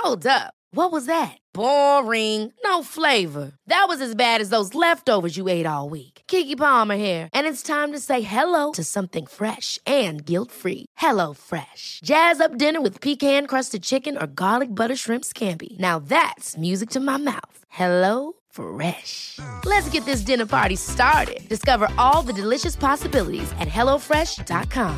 Hold up. What was that? Boring. No flavor. That was as bad as those leftovers you ate all week. Keke Palmer here, and it's time to say hello to something fresh and guilt-free. Hello Fresh. Jazz up dinner with pecan-crusted chicken or garlic butter shrimp scampi. Now that's music to my mouth. Hello Fresh. Let's get this dinner party started. Discover all the delicious possibilities at hellofresh.com.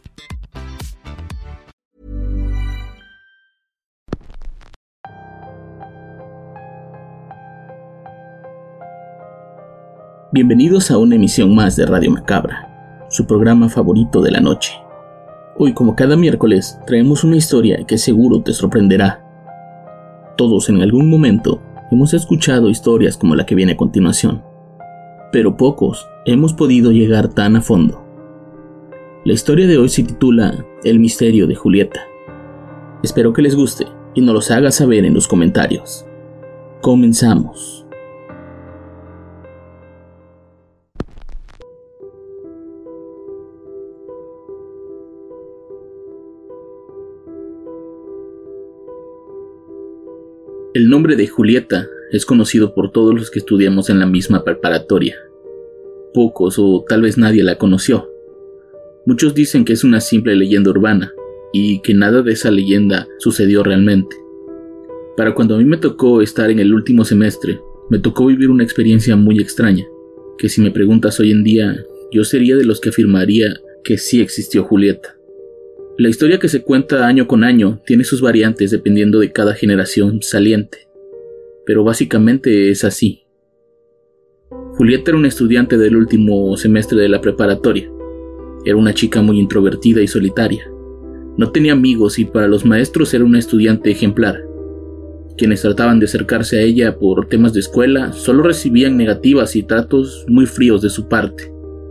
Bienvenidos a una emisión más de Radio Macabra, su programa favorito de la noche. Hoy, como cada miércoles, traemos una historia que seguro te sorprenderá. Todos en algún momento hemos escuchado historias como la que viene a continuación, pero pocos hemos podido llegar tan a fondo. La historia de hoy se titula El misterio de Julieta. Espero que les guste y nos los haga saber en los comentarios. Comenzamos. El nombre de Julieta es conocido por todos los que estudiamos en la misma preparatoria. Pocos o tal vez nadie la conoció. Muchos dicen que es una simple leyenda urbana y que nada de esa leyenda sucedió realmente. Para cuando a mí me tocó estar en el último semestre, me tocó vivir una experiencia muy extraña, que si me preguntas hoy en día, yo sería de los que afirmaría que sí existió Julieta. La historia que se cuenta año con año tiene sus variantes dependiendo de cada generación saliente, pero básicamente es así. Julieta era una estudiante del último semestre de la preparatoria. Era una chica muy introvertida y solitaria. No tenía amigos y para los maestros era una estudiante ejemplar. Quienes trataban de acercarse a ella por temas de escuela solo recibían negativas y tratos muy fríos de su parte.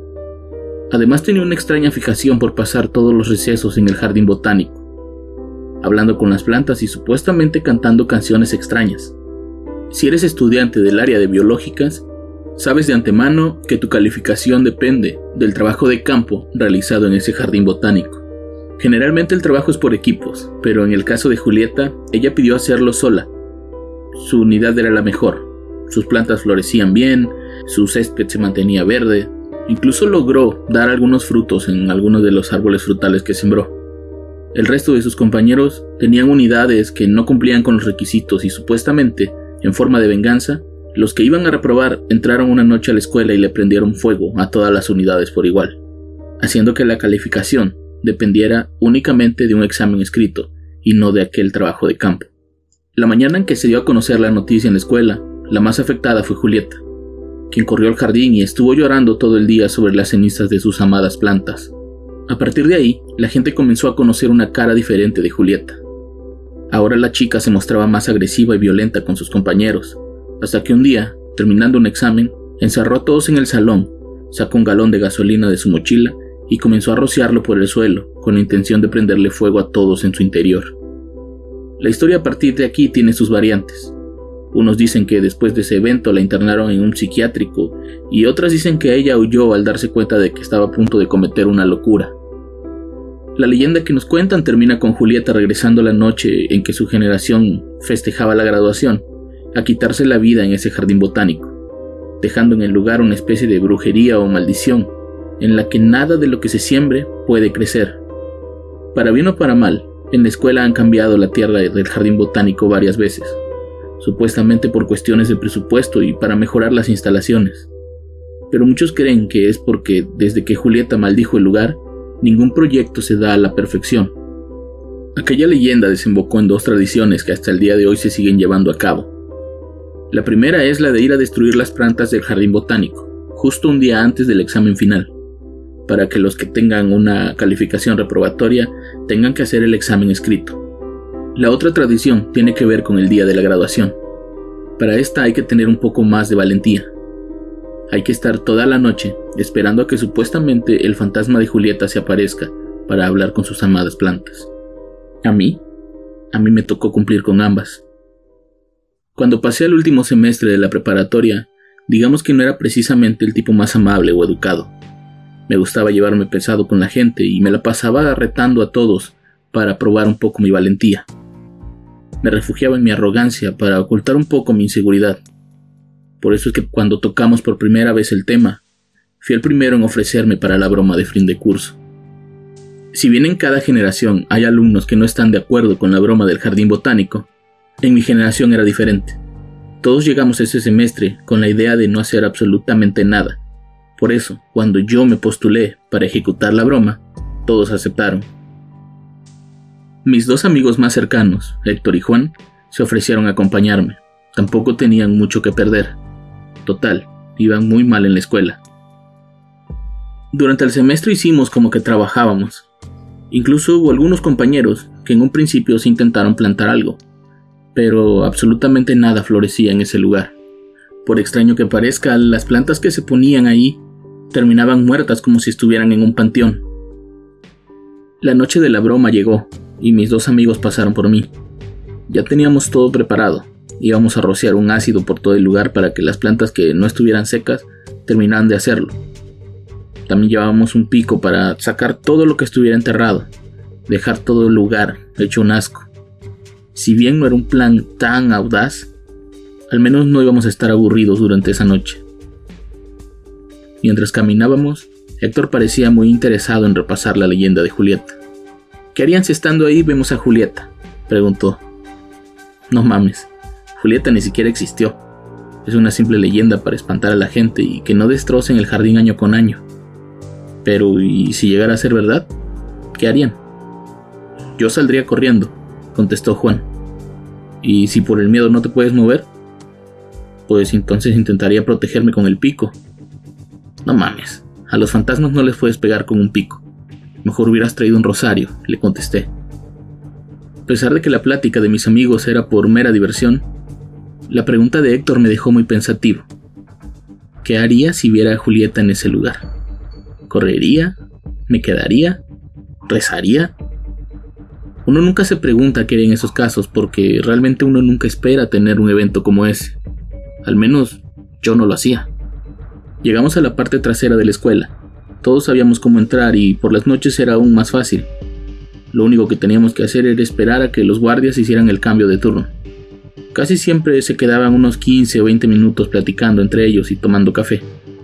Además tenía una extraña fijación por pasar todos los recesos en el jardín botánico, hablando con las plantas y supuestamente cantando canciones extrañas. Si eres estudiante del área de biológicas, sabes de antemano que tu calificación depende del trabajo de campo realizado en ese jardín botánico. Generalmente el trabajo es por equipos, pero en el caso de Julieta, ella pidió hacerlo sola. Su unidad era la mejor, sus plantas florecían bien, su césped se mantenía verde. Incluso logró dar algunos frutos en algunos de los árboles frutales que sembró. El resto de sus compañeros tenían unidades que no cumplían con los requisitos y supuestamente, en forma de venganza, los que iban a reprobar entraron una noche a la escuela y le prendieron fuego a todas las unidades por igual, haciendo que la calificación dependiera únicamente de un examen escrito y no de aquel trabajo de campo. La mañana en que se dio a conocer la noticia en la escuela, la más afectada fue Julieta, quien corrió al jardín y estuvo llorando todo el día sobre las cenizas de sus amadas plantas. A partir de ahí, la gente comenzó a conocer una cara diferente de Julieta. Ahora la chica se mostraba más agresiva y violenta con sus compañeros, hasta que un día, terminando un examen, encerró a todos en el salón, sacó un galón de gasolina de su mochila y comenzó a rociarlo por el suelo, con la intención de prenderle fuego a todos en su interior. La historia a partir de aquí tiene sus variantes. Unos dicen que después de ese evento la internaron en un psiquiátrico y otras dicen que ella huyó al darse cuenta de que estaba a punto de cometer una locura. La leyenda que nos cuentan termina con Julieta regresando la noche en que su generación festejaba la graduación, a quitarse la vida en ese jardín botánico, dejando en el lugar una especie de brujería o maldición, en la que nada de lo que se siembre puede crecer. Para bien o para mal, en la escuela han cambiado la tierra del jardín botánico varias veces, supuestamente por cuestiones de presupuesto y para mejorar las instalaciones. Pero muchos creen que es porque desde que Julieta maldijo el lugar, ningún proyecto se da a la perfección. Aquella leyenda desembocó en dos tradiciones que hasta el día de hoy se siguen llevando a cabo. La primera es la de ir a destruir las plantas del jardín botánico, justo un día antes del examen final, para que los que tengan una calificación reprobatoria tengan que hacer el examen escrito. La otra tradición tiene que ver con el día de la graduación. Para esta hay que tener un poco más de valentía. Hay que estar toda la noche esperando a que supuestamente el fantasma de Julieta se aparezca para hablar con sus amadas plantas. A mí me tocó cumplir con ambas. Cuando pasé al último semestre de la preparatoria, digamos que no era precisamente el tipo más amable o educado. Me gustaba llevarme pesado con la gente y me la pasaba retando a todos para probar un poco mi valentía. Me refugiaba en mi arrogancia para ocultar un poco mi inseguridad. Por eso es que cuando tocamos por primera vez el tema, fui el primero en ofrecerme para la broma de fin de curso. Si bien en cada generación hay alumnos que no están de acuerdo con la broma del jardín botánico, en mi generación era diferente. Todos llegamos ese semestre con la idea de no hacer absolutamente nada. Por eso, cuando yo me postulé para ejecutar la broma, todos aceptaron. Mis dos amigos más cercanos, Héctor y Juan, se ofrecieron a acompañarme. Tampoco tenían mucho que perder. Total, iban muy mal en la escuela. Durante el semestre hicimos como que trabajábamos. Incluso hubo algunos compañeros que en un principio se intentaron plantar algo, pero absolutamente nada florecía en ese lugar. Por extraño que parezca, las plantas que se ponían ahí terminaban muertas como si estuvieran en un panteón. La noche de la broma llegó y mis dos amigos pasaron por mí. Ya teníamos todo preparado. Íbamos a rociar un ácido por todo el lugar para que las plantas que no estuvieran secas terminaran de hacerlo. También llevábamos un pico para sacar todo lo que estuviera enterrado, dejar todo el lugar hecho un asco. Si bien no era un plan tan audaz, al menos no íbamos a estar aburridos durante esa noche. Mientras caminábamos, Héctor parecía muy interesado en repasar la leyenda de Julieta. ¿Qué harían si estando ahí vemos a Julieta?, preguntó. No mames, Julieta ni siquiera existió. Es una simple leyenda para espantar a la gente y que no destrocen el jardín año con año. Pero, ¿y si llegara a ser verdad? ¿Qué harían? Yo saldría corriendo, contestó Juan. ¿Y si por el miedo no te puedes mover? Pues entonces intentaría protegerme con el pico. No mames, a los fantasmas no les puedes pegar con un pico. Mejor hubieras traído un rosario, le contesté. A pesar de que la plática de mis amigos era por mera diversión, la pregunta de Héctor me dejó muy pensativo. ¿Qué haría si viera a Julieta en ese lugar? ¿Correría? ¿Me quedaría? ¿Rezaría? Uno nunca se pregunta qué haría en esos casos porque realmente uno nunca espera tener un evento como ese. Al menos yo no lo hacía. Llegamos a la parte trasera de la escuela. Todos sabíamos cómo entrar y por las noches era aún más fácil. Lo único que teníamos que hacer era esperar a que los guardias hicieran el cambio de turno. Casi siempre se quedaban unos 15 o 20 minutos platicando entre ellos y tomando café.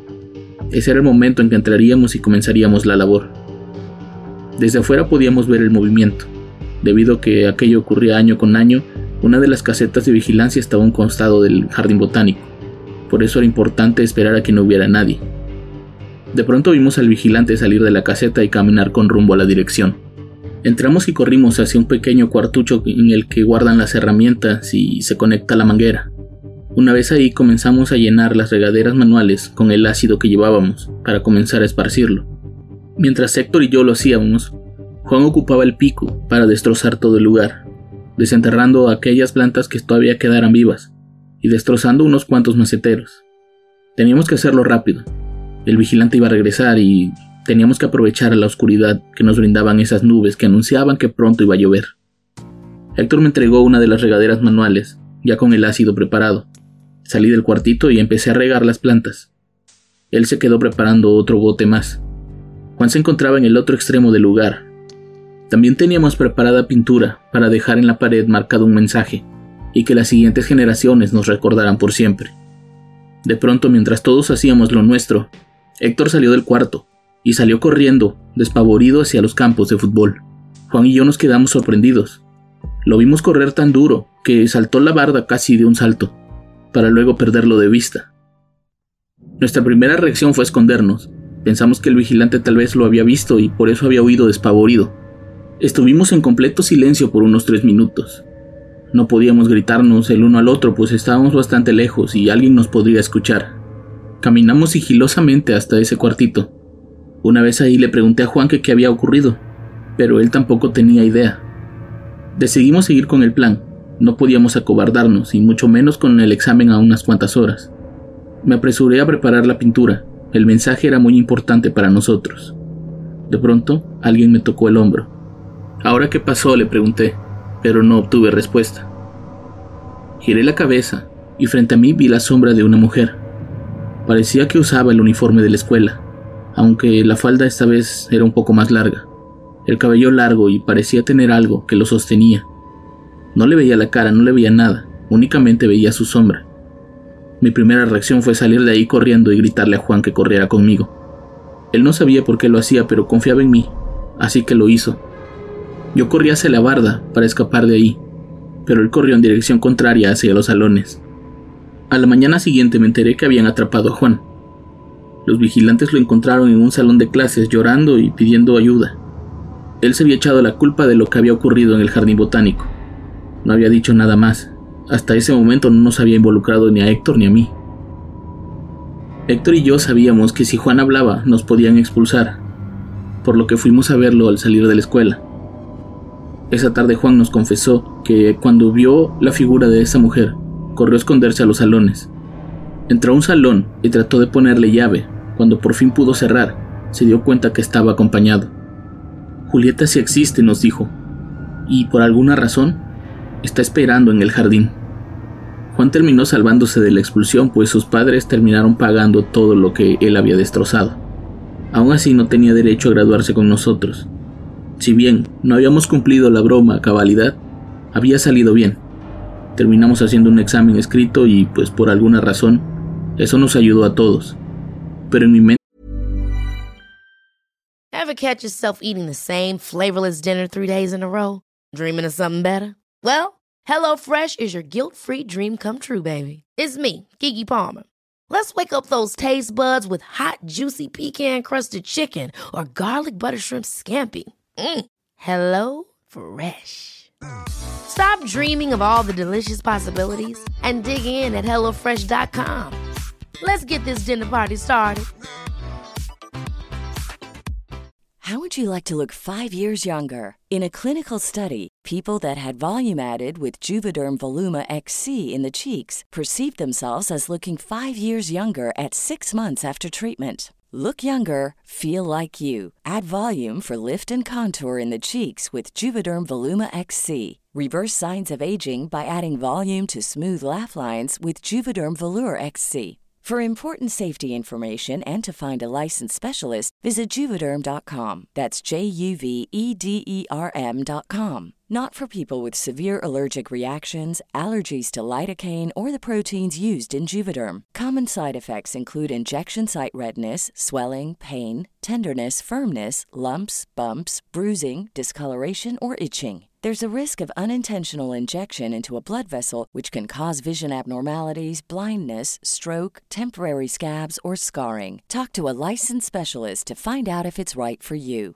Ese era el momento en que entraríamos y comenzaríamos la labor. Desde afuera podíamos ver el movimiento. Debido a que aquello ocurría año con año, una de las casetas de vigilancia estaba a un costado del jardín botánico. Por eso era importante esperar a que no hubiera nadie. De pronto vimos al vigilante salir de la caseta y caminar con rumbo a la dirección. Entramos y corrimos hacia un pequeño cuartucho en el que guardan las herramientas y se conecta la manguera. Una vez ahí comenzamos a llenar las regaderas manuales con el ácido que llevábamos para comenzar a esparcirlo. Mientras Héctor y yo lo hacíamos, Juan ocupaba el pico para destrozar todo el lugar, desenterrando aquellas plantas que todavía quedaran vivas y destrozando unos cuantos maceteros. Teníamos que hacerlo rápido. El vigilante iba a regresar y teníamos que aprovechar la oscuridad que nos brindaban esas nubes que anunciaban que pronto iba a llover. Héctor me entregó una de las regaderas manuales, ya con el ácido preparado. Salí del cuartito y empecé a regar las plantas. Él se quedó preparando otro bote más. Juan se encontraba en el otro extremo del lugar. También teníamos preparada pintura para dejar en la pared marcado un mensaje y que las siguientes generaciones nos recordaran por siempre. De pronto, mientras todos hacíamos lo nuestro, Héctor salió del cuarto y salió corriendo, despavorido, hacia los campos de fútbol. Juan y yo nos quedamos sorprendidos. Lo vimos correr tan duro que saltó la barda casi de un salto, para luego perderlo de vista. Nuestra primera reacción fue escondernos. Pensamos que el vigilante tal vez lo había visto y por eso había huido despavorido. Estuvimos en completo silencio por unos 3 minutos. No podíamos gritarnos el uno al otro, pues estábamos bastante lejos y alguien nos podría escuchar. Caminamos sigilosamente hasta ese cuartito. Una vez ahí le pregunté a Juan que qué había ocurrido, pero él tampoco tenía idea. Decidimos seguir con el plan. No podíamos acobardarnos, y mucho menos con el examen a unas cuantas horas. Me apresuré a preparar la pintura. El mensaje era muy importante para nosotros. De pronto, alguien me tocó el hombro. ¿Ahora qué pasó?, le pregunté, pero no obtuve respuesta. Giré la cabeza, y frente a mí vi la sombra de una mujer. Parecía que usaba el uniforme de la escuela, aunque la falda esta vez era un poco más larga. El cabello largo y parecía tener algo que lo sostenía. No le veía la cara, no le veía nada, únicamente veía su sombra. Mi primera reacción fue salir de ahí corriendo y gritarle a Juan que corriera conmigo. Él no sabía por qué lo hacía, pero confiaba en mí, así que lo hizo. Yo corrí hacia la barda para escapar de ahí, pero él corrió en dirección contraria hacia los salones. A la mañana siguiente me enteré que habían atrapado a Juan. Los vigilantes lo encontraron en un salón de clases llorando y pidiendo ayuda. Él se había echado la culpa de lo que había ocurrido en el jardín botánico. No había dicho nada más. Hasta ese momento no nos había involucrado ni a Héctor ni a mí. Héctor y yo sabíamos que si Juan hablaba nos podían expulsar, por lo que fuimos a verlo al salir de la escuela. Esa tarde Juan nos confesó que cuando vio la figura de esa mujer, corrió a esconderse a los salones. Entró a un salón y trató de ponerle llave. Cuando por fin pudo cerrar, se dio cuenta que estaba acompañado. Julieta sí existe, nos dijo, y por alguna razón está esperando en el jardín. Juan terminó salvándose de la expulsión, pues sus padres terminaron pagando todo lo que él había destrozado. Aún así no tenía derecho a graduarse con nosotros. Si bien no habíamos cumplido la broma a cabalidad, había salido bien. Terminamos haciendo un examen escrito y, pues por alguna razón, eso nos ayudó a todos. Pero en mi mente... Ever catch yourself eating the same flavorless dinner 3 days in a row? Dreaming of something better? Well, HelloFresh is your guilt-free dream come true, baby. It's me, Keke Palmer. Let's wake up those taste buds with hot, juicy pecan-crusted chicken or garlic butter shrimp scampi. Hello Fresh. Stop dreaming of all the delicious possibilities and dig in at HelloFresh.com. Let's get this dinner party started. How would you like to look 5 years younger? In a clinical study, people that had volume added with Juvederm Voluma XC in the cheeks perceived themselves as looking 5 years younger at 6 months after treatment. Look younger, feel like you. Add volume for lift and contour in the cheeks with Juvederm Voluma XC. Reverse signs of aging by adding volume to smooth laugh lines with Juvederm Volure XC. For important safety information and to find a licensed specialist, visit Juvederm.com. That's JUVEDERM.com. Not for people with severe allergic reactions, allergies to lidocaine, or the proteins used in Juvederm. Common side effects include injection site redness, swelling, pain, tenderness, firmness, lumps, bumps, bruising, discoloration, or itching. There's a risk of unintentional injection into a blood vessel, which can cause vision abnormalities, blindness, stroke, temporary scabs, or scarring. Talk to a licensed specialist to find out if it's right for you.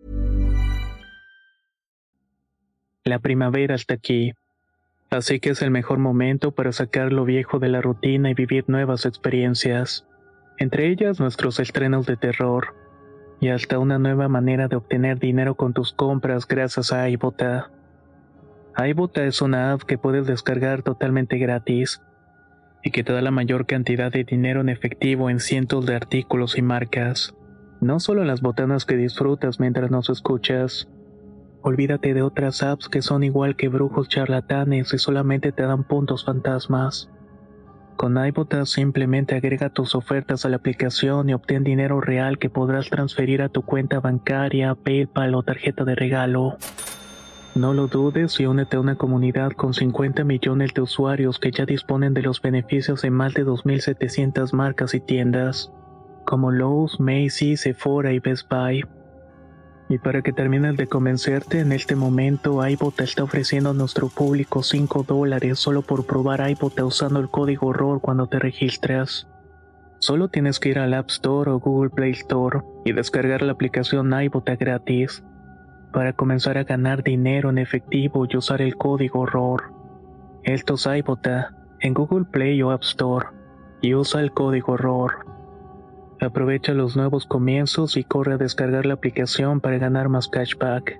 La primavera está aquí, así que es el mejor momento para sacar lo viejo de la rutina y vivir nuevas experiencias, entre ellas nuestros estrenos de terror, y hasta una nueva manera de obtener dinero con tus compras gracias a iBota. iBota es una app que puedes descargar totalmente gratis, y que te da la mayor cantidad de dinero en efectivo en cientos de artículos y marcas, no solo en las botanas que disfrutas mientras nos escuchas. Olvídate de otras apps que son igual que brujos charlatanes y solamente te dan puntos fantasmas. Con iBota simplemente agrega tus ofertas a la aplicación y obtén dinero real que podrás transferir a tu cuenta bancaria, PayPal o tarjeta de regalo. No lo dudes y únete a una comunidad con 50 millones de usuarios que ya disponen de los beneficios de más de 2.700 marcas y tiendas, como Lowe's, Macy's, Sephora y Best Buy. Y para que termines de convencerte, en este momento iBota está ofreciendo a nuestro público $5 solo por probar iBota usando el código HORROR cuando te registras. Solo tienes que ir al App Store o Google Play Store y descargar la aplicación iBota gratis para comenzar a ganar dinero en efectivo y usar el código HORROR. Esto es iBota en Google Play o App Store y usa el código HORROR. Aprovecha los nuevos comienzos y corre a descargar la aplicación para ganar más cashback.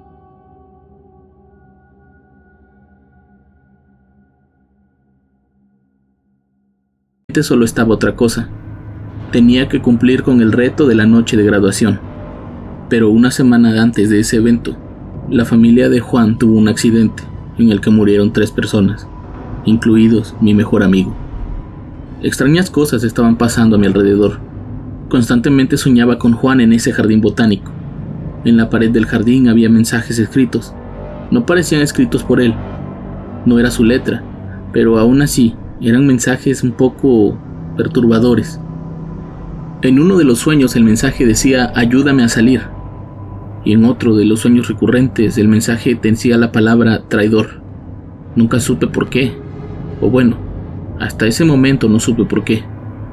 Solo estaba otra cosa. Tenía que cumplir con el reto de la noche de graduación. Pero una semana antes de ese evento, la familia de Juan tuvo un accidente en el que murieron 3 personas, incluidos mi mejor amigo. Extrañas cosas estaban pasando a mi alrededor. Constantemente soñaba con Juan en ese jardín botánico. En la pared del jardín había mensajes escritos. No parecían escritos por él, No era su letra, pero aún así eran mensajes un poco perturbadores. En uno de los sueños el mensaje decía "ayúdame a salir", y en otro de los sueños recurrentes el mensaje decía la palabra traidor. Nunca supe por qué, o bueno, hasta ese momento no supe por qué.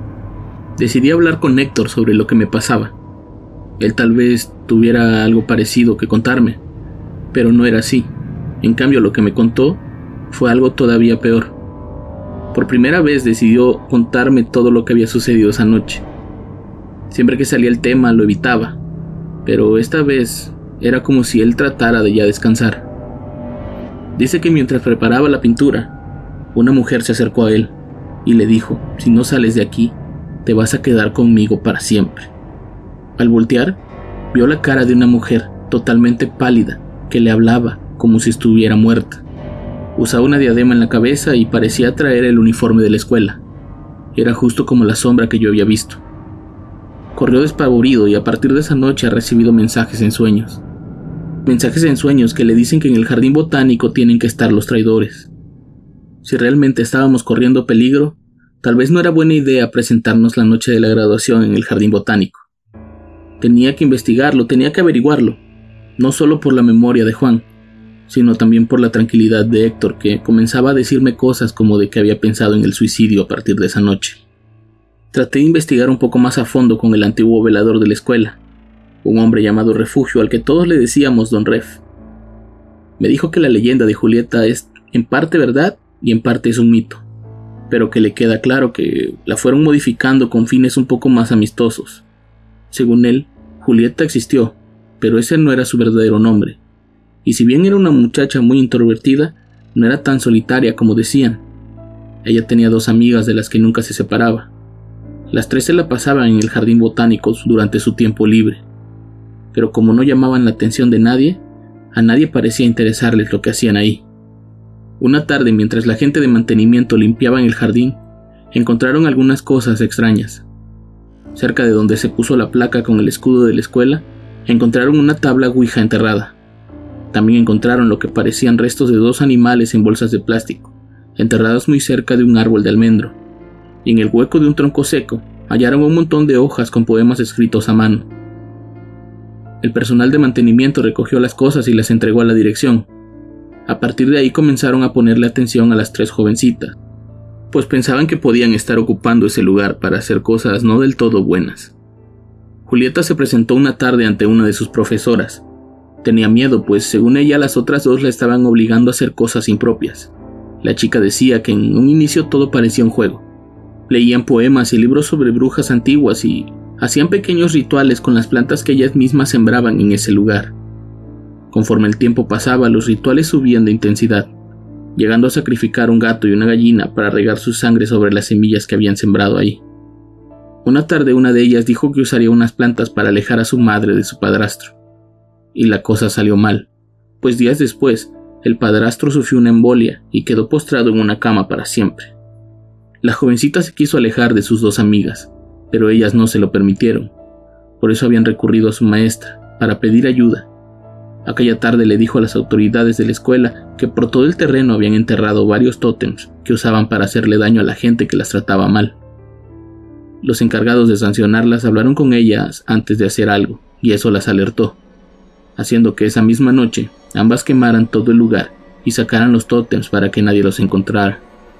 Decidí hablar con Héctor sobre lo que me pasaba. Él tal vez tuviera algo parecido que contarme, pero no era así. En cambio, lo que me contó fue algo todavía peor. Por primera vez decidió contarme todo lo que había sucedido esa noche. Siempre que salía el tema lo evitaba, pero esta vez era como si él tratara de ya descansar. Dice que mientras preparaba la pintura, una mujer se acercó a él y le dijo: "Si no sales de aquí, te vas a quedar conmigo para siempre". Al voltear, vio la cara de una mujer totalmente pálida que le hablaba como si estuviera muerta. Usaba una diadema en la cabeza y parecía traer el uniforme de la escuela. Era justo como la sombra que yo había visto. Corrió despavorido y a partir de esa noche ha recibido mensajes en sueños. Mensajes en sueños que le dicen que en el jardín botánico tienen que estar los traidores. Si realmente estábamos corriendo peligro, tal vez no era buena idea presentarnos la noche de la graduación en el jardín botánico. Tenía que investigarlo, tenía que averiguarlo, no solo por la memoria de Juan, sino también por la tranquilidad de Héctor, que comenzaba a decirme cosas como de que había pensado en el suicidio a partir de esa noche. Traté de investigar un poco más a fondo con el antiguo velador de la escuela, un hombre llamado Refugio al que todos le decíamos Don Ref. Me dijo que la leyenda de Julieta es en parte verdad y en parte es un mito, pero que le queda claro que la fueron modificando con fines un poco más amistosos. Según él, Julieta existió, pero ese no era su verdadero nombre. Y si bien era una muchacha muy introvertida, no era tan solitaria como decían. Ella tenía 2 amigas de las que nunca se separaba. Las 3 se la pasaban en el jardín botánico durante su tiempo libre. Pero como no llamaban la atención de nadie, a nadie parecía interesarles lo que hacían ahí. Una tarde, mientras la gente de mantenimiento limpiaban el jardín, encontraron algunas cosas extrañas. Cerca de donde se puso la placa con el escudo de la escuela, encontraron una tabla ouija enterrada. También encontraron lo que parecían restos de 2 animales en bolsas de plástico, enterrados muy cerca de un árbol de almendro. Y en el hueco de un tronco seco, hallaron un montón de hojas con poemas escritos a mano. El personal de mantenimiento recogió las cosas y las entregó a la dirección. A partir de ahí comenzaron a ponerle atención a las 3 jovencitas, pues pensaban que podían estar ocupando ese lugar para hacer cosas no del todo buenas. Julieta se presentó una tarde ante una de sus profesoras. Tenía miedo, pues según ella las otras 2 la estaban obligando a hacer cosas impropias. La chica decía que en un inicio todo parecía un juego. Leían poemas y libros sobre brujas antiguas y hacían pequeños rituales con las plantas que ellas mismas sembraban en ese lugar. Conforme el tiempo pasaba, los rituales subían de intensidad, llegando a sacrificar un gato y una gallina para regar su sangre sobre las semillas que habían sembrado ahí. Una tarde una de ellas dijo que usaría unas plantas para alejar a su madre de su padrastro. Y la cosa salió mal, pues días después, el padrastro sufrió una embolia y quedó postrado en una cama para siempre. La jovencita se quiso alejar de sus 2 amigas, pero ellas no se lo permitieron. Por eso habían recurrido a su maestra, para pedir ayuda. Aquella tarde le dijo a las autoridades de la escuela que por todo el terreno habían enterrado varios tótems que usaban para hacerle daño a la gente que las trataba mal. Los encargados de sancionarlas hablaron con ellas antes de hacer algo, y eso las alertó, haciendo que esa misma noche ambas quemaran todo el lugar y sacaran los tótems para que nadie los encontrara.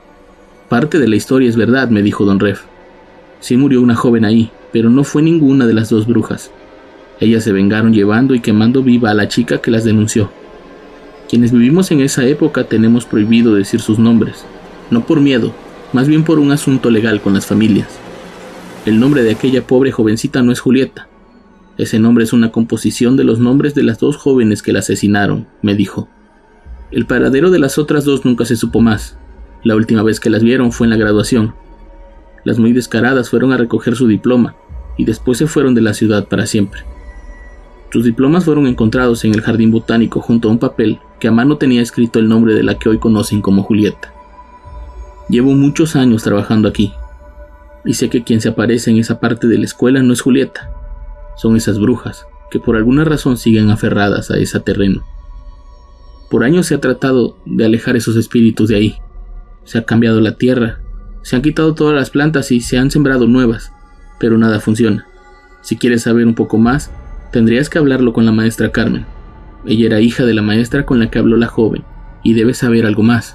Parte de la historia es verdad, me dijo Don Ref. Sí murió una joven ahí, pero no fue ninguna de las 2 brujas. Ellas se vengaron llevando y quemando viva a la chica que las denunció. Quienes vivimos en esa época tenemos prohibido decir sus nombres, no por miedo, más bien por un asunto legal con las familias. El nombre de aquella pobre jovencita no es Julieta. Ese nombre es una composición de los nombres de las 2 jóvenes que la asesinaron, me dijo. El paradero de las otras 2 nunca se supo más. La última vez que las vieron fue en la graduación. Las muy descaradas fueron a recoger su diploma y después se fueron de la ciudad para siempre. Sus diplomas fueron encontrados en el jardín botánico junto a un papel que a mano tenía escrito el nombre de la que hoy conocen como Julieta. Llevo muchos años trabajando aquí y sé que quien se aparece en esa parte de la escuela no es Julieta. Son esas brujas que por alguna razón siguen aferradas a ese terreno. Por años se ha tratado de alejar esos espíritus de ahí. Se ha cambiado la tierra, se han quitado todas las plantas y se han sembrado nuevas, pero nada funciona. Si quieres saber un poco más, tendrías que hablarlo con la maestra Carmen. Ella era hija de la maestra con la que habló la joven, y debe saber algo más.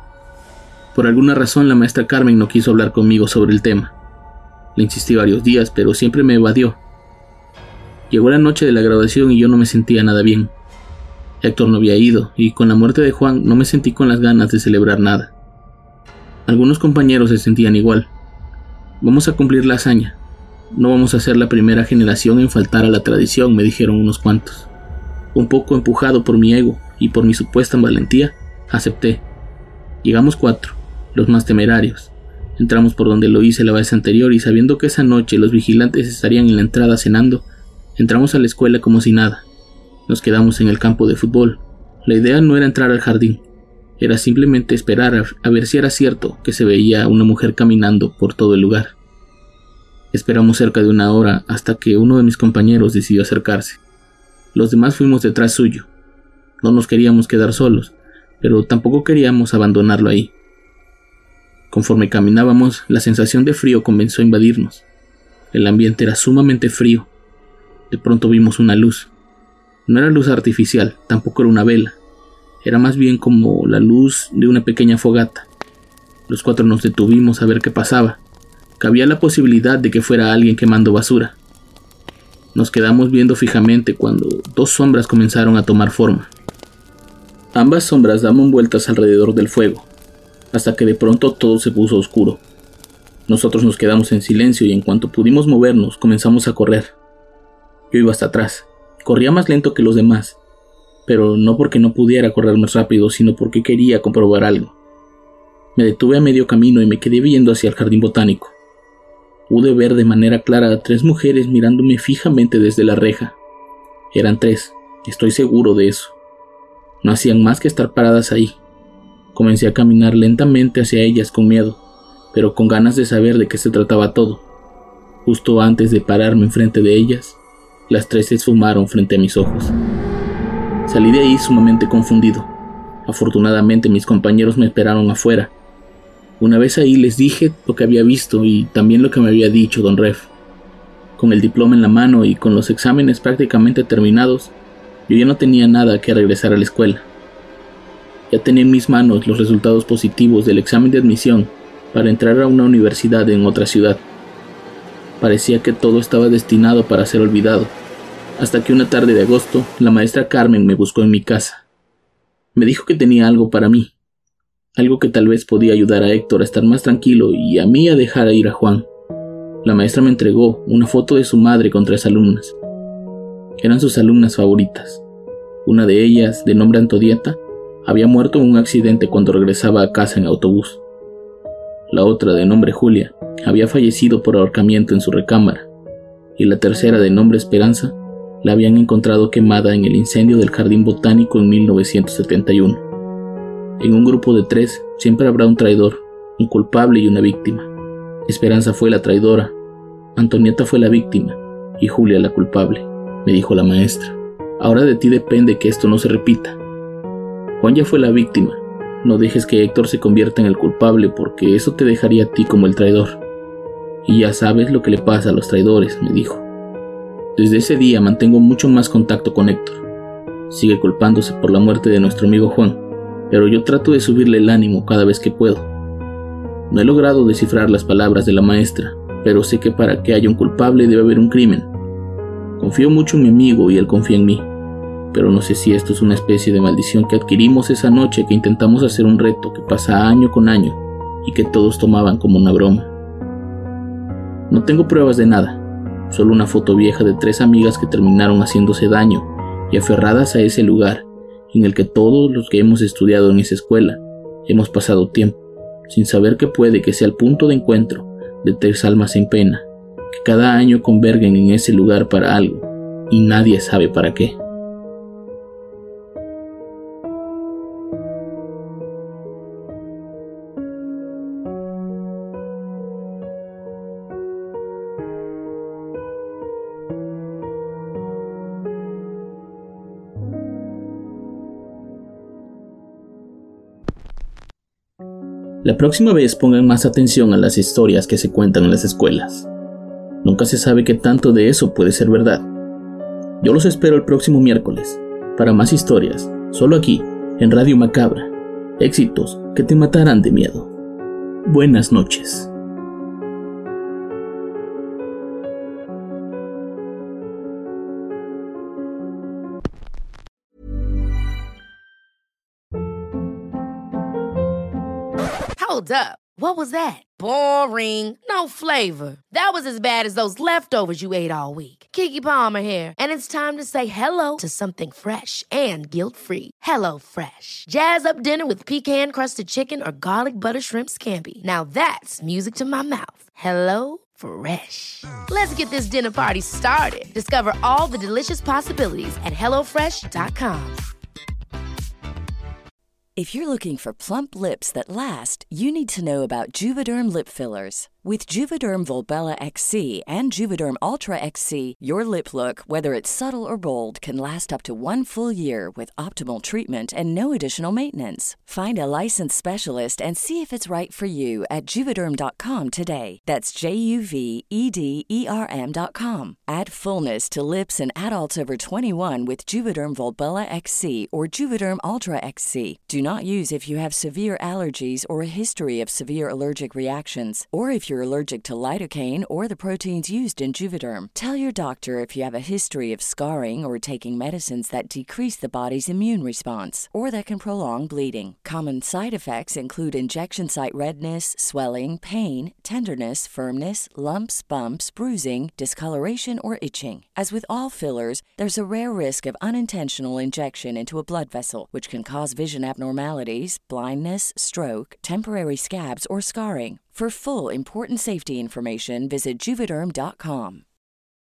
Por alguna razón la maestra Carmen no quiso hablar conmigo sobre el tema. Le insistí varios días, pero siempre me evadió. Llegó la noche de la graduación y yo no me sentía nada bien. Héctor no había ido, y con la muerte de Juan no me sentí con las ganas de celebrar nada. Algunos compañeros se sentían igual. Vamos a cumplir la hazaña. No vamos a ser la primera generación en faltar a la tradición, me dijeron unos cuantos. Un poco empujado por mi ego y por mi supuesta valentía, acepté. Llegamos 4, los más temerarios. Entramos por donde lo hice la vez anterior y sabiendo que esa noche los vigilantes estarían en la entrada cenando, entramos a la escuela como si nada. Nos quedamos en el campo de fútbol. La idea no era entrar al jardín. Era simplemente esperar a ver si era cierto que se veía una mujer caminando por todo el lugar. Esperamos cerca de 1 hora hasta que uno de mis compañeros decidió acercarse. Los demás fuimos detrás suyo. No nos queríamos quedar solos, pero tampoco queríamos abandonarlo ahí. Conforme caminábamos, la sensación de frío comenzó a invadirnos. El ambiente era sumamente frío. De pronto vimos una luz. No era luz artificial, tampoco era una vela. Era más bien como la luz de una pequeña fogata. Los 4 nos detuvimos a ver qué pasaba. Cabía la posibilidad de que fuera alguien quemando basura. Nos quedamos viendo fijamente cuando 2 sombras comenzaron a tomar forma. Ambas sombras daban vueltas alrededor del fuego, hasta que de pronto todo se puso oscuro. Nosotros nos quedamos en silencio y en cuanto pudimos movernos comenzamos a correr. Yo iba hasta atrás. Corría más lento que los demás, pero no porque no pudiera correr más rápido, sino porque quería comprobar algo. Me detuve a medio camino y me quedé viendo hacia el jardín botánico. Pude ver de manera clara a 3 mujeres mirándome fijamente desde la reja. Eran 3, estoy seguro de eso. No hacían más que estar paradas ahí. Comencé a caminar lentamente hacia ellas con miedo, pero con ganas de saber de qué se trataba todo. Justo antes de pararme enfrente de ellas, las 3 se esfumaron frente a mis ojos. Salí de ahí sumamente confundido. Afortunadamente mis compañeros me esperaron afuera. Una vez ahí les dije lo que había visto y también lo que me había dicho don Ref. Con el diploma en la mano y con los exámenes prácticamente terminados, yo ya no tenía nada que regresar a la escuela. Ya tenía en mis manos los resultados positivos del examen de admisión para entrar a una universidad en otra ciudad. Parecía que todo estaba destinado para ser olvidado, hasta que una tarde de agosto la maestra Carmen me buscó en mi casa. Me dijo que tenía algo para mí, algo que tal vez podía ayudar a Héctor a estar más tranquilo y a mí a dejar ir a Juan. La maestra me entregó una foto de su madre con 3 alumnas. Eran sus alumnas favoritas. Una de ellas, de nombre Antonieta, había muerto en un accidente cuando regresaba a casa en autobús. La otra, de nombre Julia, había fallecido por ahorcamiento en su recámara, y la tercera, de nombre Esperanza, la habían encontrado quemada en el incendio del jardín botánico en 1971. En un grupo de 3 siempre habrá un traidor, un culpable y una víctima. Esperanza fue la traidora, Antonieta fue la víctima y Julia la culpable, me dijo la maestra. Ahora de ti depende que esto no se repita. Juan ya fue la víctima. No dejes que Héctor se convierta en el culpable porque eso te dejaría a ti como el traidor. Y ya sabes lo que le pasa a los traidores, me dijo. Desde ese día mantengo mucho más contacto con Héctor. Sigue culpándose por la muerte de nuestro amigo Juan, pero yo trato de subirle el ánimo cada vez que puedo. No he logrado descifrar las palabras de la maestra, pero sé que para que haya un culpable debe haber un crimen. Confío mucho en mi amigo y él confía en mí, pero no sé si esto es una especie de maldición que adquirimos esa noche que intentamos hacer un reto que pasa año con año y que todos tomaban como una broma. No tengo pruebas de nada, solo una foto vieja de 3 amigas que terminaron haciéndose daño y aferradas a ese lugar en el que todos los que hemos estudiado en esa escuela hemos pasado tiempo, sin saber que puede que sea el punto de encuentro de 3 almas en pena, que cada año convergen en ese lugar para algo, y nadie sabe para qué. La próxima vez pongan más atención a las historias que se cuentan en las escuelas. Nunca se sabe qué tanto de eso puede ser verdad. Yo los espero el próximo miércoles para más historias, solo aquí, en Radio Macabra. Éxitos que te matarán de miedo. Buenas noches. Hold up. What was that? Boring. No flavor. That was as bad as those leftovers you ate all week. Keke Palmer here, and it's time to say hello to something fresh and guilt-free. Hello Fresh. Jazz up dinner with pecan-crusted chicken or garlic butter shrimp scampi. Now that's music to my mouth. Hello Fresh. Let's get this dinner party started. Discover all the delicious possibilities at hellofresh.com. If you're looking for plump lips that last, you need to know about Juvederm lip fillers. With Juvederm Volbella XC and Juvederm Ultra XC, your lip look, whether it's subtle or bold, can last up to 1 full year with optimal treatment and no additional maintenance. Find a licensed specialist and see if it's right for you at Juvederm.com today. That's JUVEDERM.com. Add fullness to lips in adults over 21 with Juvederm Volbella XC or Juvederm Ultra XC. Do not use if you have severe allergies or a history of severe allergic reactions, or if you're allergic to lidocaine or the proteins used in Juvederm. Tell your doctor if you have a history of scarring or taking medicines that decrease the body's immune response or that can prolong bleeding. Common side effects include injection site redness, swelling, pain, tenderness, firmness, lumps, bumps, bruising, discoloration, or itching. As with all fillers, there's a rare risk of unintentional injection into a blood vessel, which can cause vision abnormalities, blindness, stroke, temporary scabs, or scarring. For full, important safety information, visit Juvederm.com.